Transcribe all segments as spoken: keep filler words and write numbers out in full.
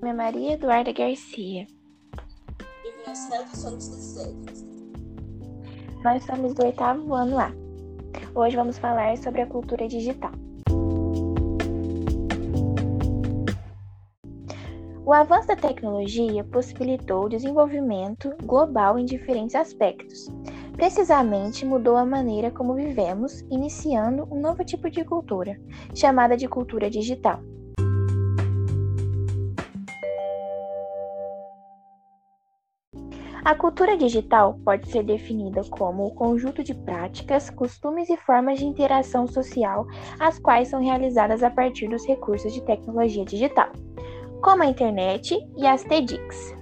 é Maria Eduarda Garcia. E Marcelo Santos de Sérgio. Nós somos do oitavo ano A. Hoje vamos falar sobre a cultura digital. O avanço da tecnologia possibilitou o desenvolvimento global em diferentes aspectos. Precisamente mudou a maneira como vivemos, iniciando um novo tipo de cultura, chamada de cultura digital. A cultura digital pode ser definida como o conjunto de práticas, costumes e formas de interação social, as quais são realizadas a partir dos recursos de tecnologia digital, como a internet e as T D I Cs.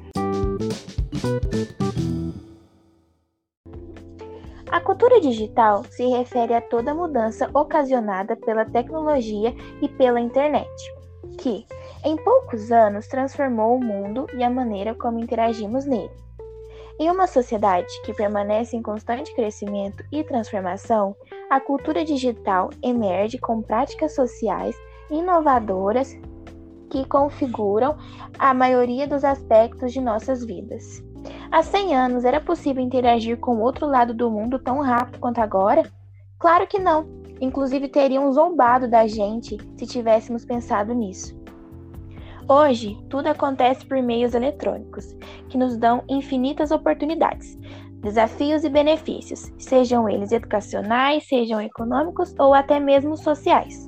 A cultura digital se refere a toda mudança ocasionada pela tecnologia e pela internet, que, em poucos anos, transformou o mundo e a maneira como interagimos nele. Em uma sociedade que permanece em constante crescimento e transformação, a cultura digital emerge com práticas sociais inovadoras que configuram a maioria dos aspectos de nossas vidas. Há cem anos era possível interagir com o outro lado do mundo tão rápido quanto agora? Claro que não. Inclusive teriam zombado da gente se tivéssemos pensado nisso. Hoje, tudo acontece por meios eletrônicos, que nos dão infinitas oportunidades, desafios e benefícios, sejam eles educacionais, sejam econômicos ou até mesmo sociais.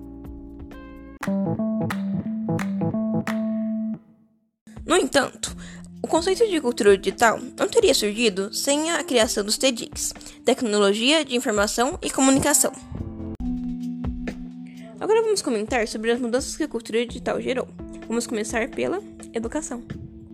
No entanto, o conceito de cultura digital não teria surgido sem a criação dos T D I Cs, Tecnologia de Informação e Comunicação. Agora vamos comentar sobre as mudanças que a cultura digital gerou. Vamos começar pela educação.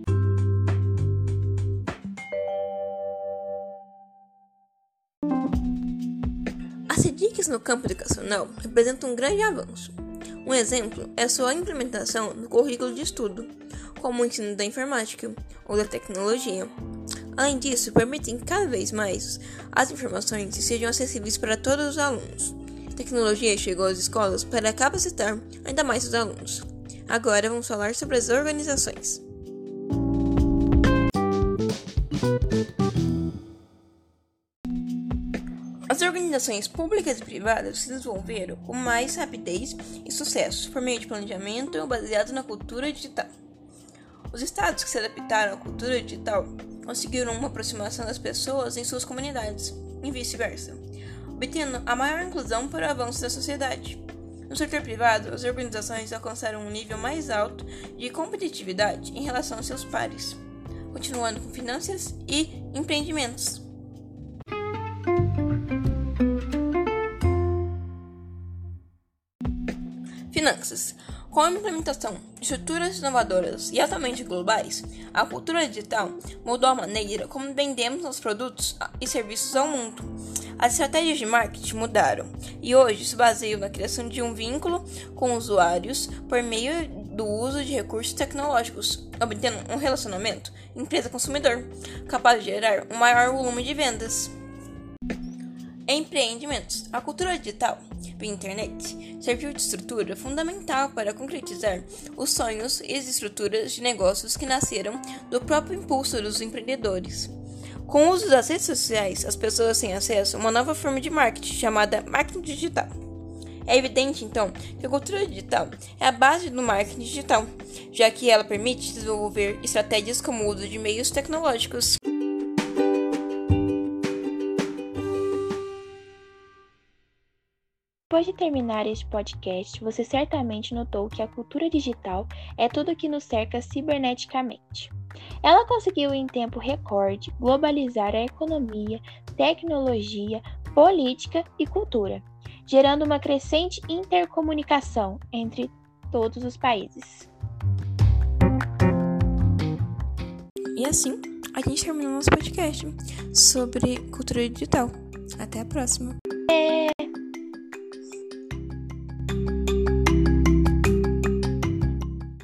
As T D I Cs no campo educacional representam um grande avanço. Um exemplo é a sua implementação no currículo de estudo, como o ensino da informática ou da tecnologia. Além disso, permitem que cada vez mais as informações sejam acessíveis para todos os alunos. A tecnologia chegou às escolas para capacitar ainda mais os alunos. Agora vamos falar sobre as organizações. As organizações públicas e privadas se desenvolveram com mais rapidez e sucesso por meio de planejamento baseado na cultura digital. Os estados que se adaptaram à cultura digital conseguiram uma aproximação das pessoas em suas comunidades, e vice-versa, obtendo a maior inclusão para o avanço da sociedade. No setor privado, as organizações alcançaram um nível mais alto de competitividade em relação aos seus pares, continuando com finanças e empreendimentos. Finanças. Com a implementação de estruturas inovadoras e altamente globais, a cultura digital mudou a maneira como vendemos nossos produtos e serviços ao mundo. As estratégias de marketing mudaram e hoje se baseiam na criação de um vínculo com usuários por meio do uso de recursos tecnológicos, obtendo um relacionamento empresa-consumidor, capaz de gerar um maior volume de vendas. Empreendimentos. A cultura digital, via internet, serviu de estrutura fundamental para concretizar os sonhos e as estruturas de negócios que nasceram do próprio impulso dos empreendedores. Com o uso das redes sociais, as pessoas têm acesso a uma nova forma de marketing chamada marketing digital. É evidente, então, que a cultura digital é a base do marketing digital, já que ela permite desenvolver estratégias como o uso de meios tecnológicos. Depois de terminar este podcast, você certamente notou que a cultura digital é tudo que nos cerca ciberneticamente. Ela conseguiu em tempo recorde globalizar a economia, tecnologia, política e cultura, gerando uma crescente intercomunicação entre todos os países. E assim, a gente terminou nosso podcast sobre cultura digital. Até a próxima!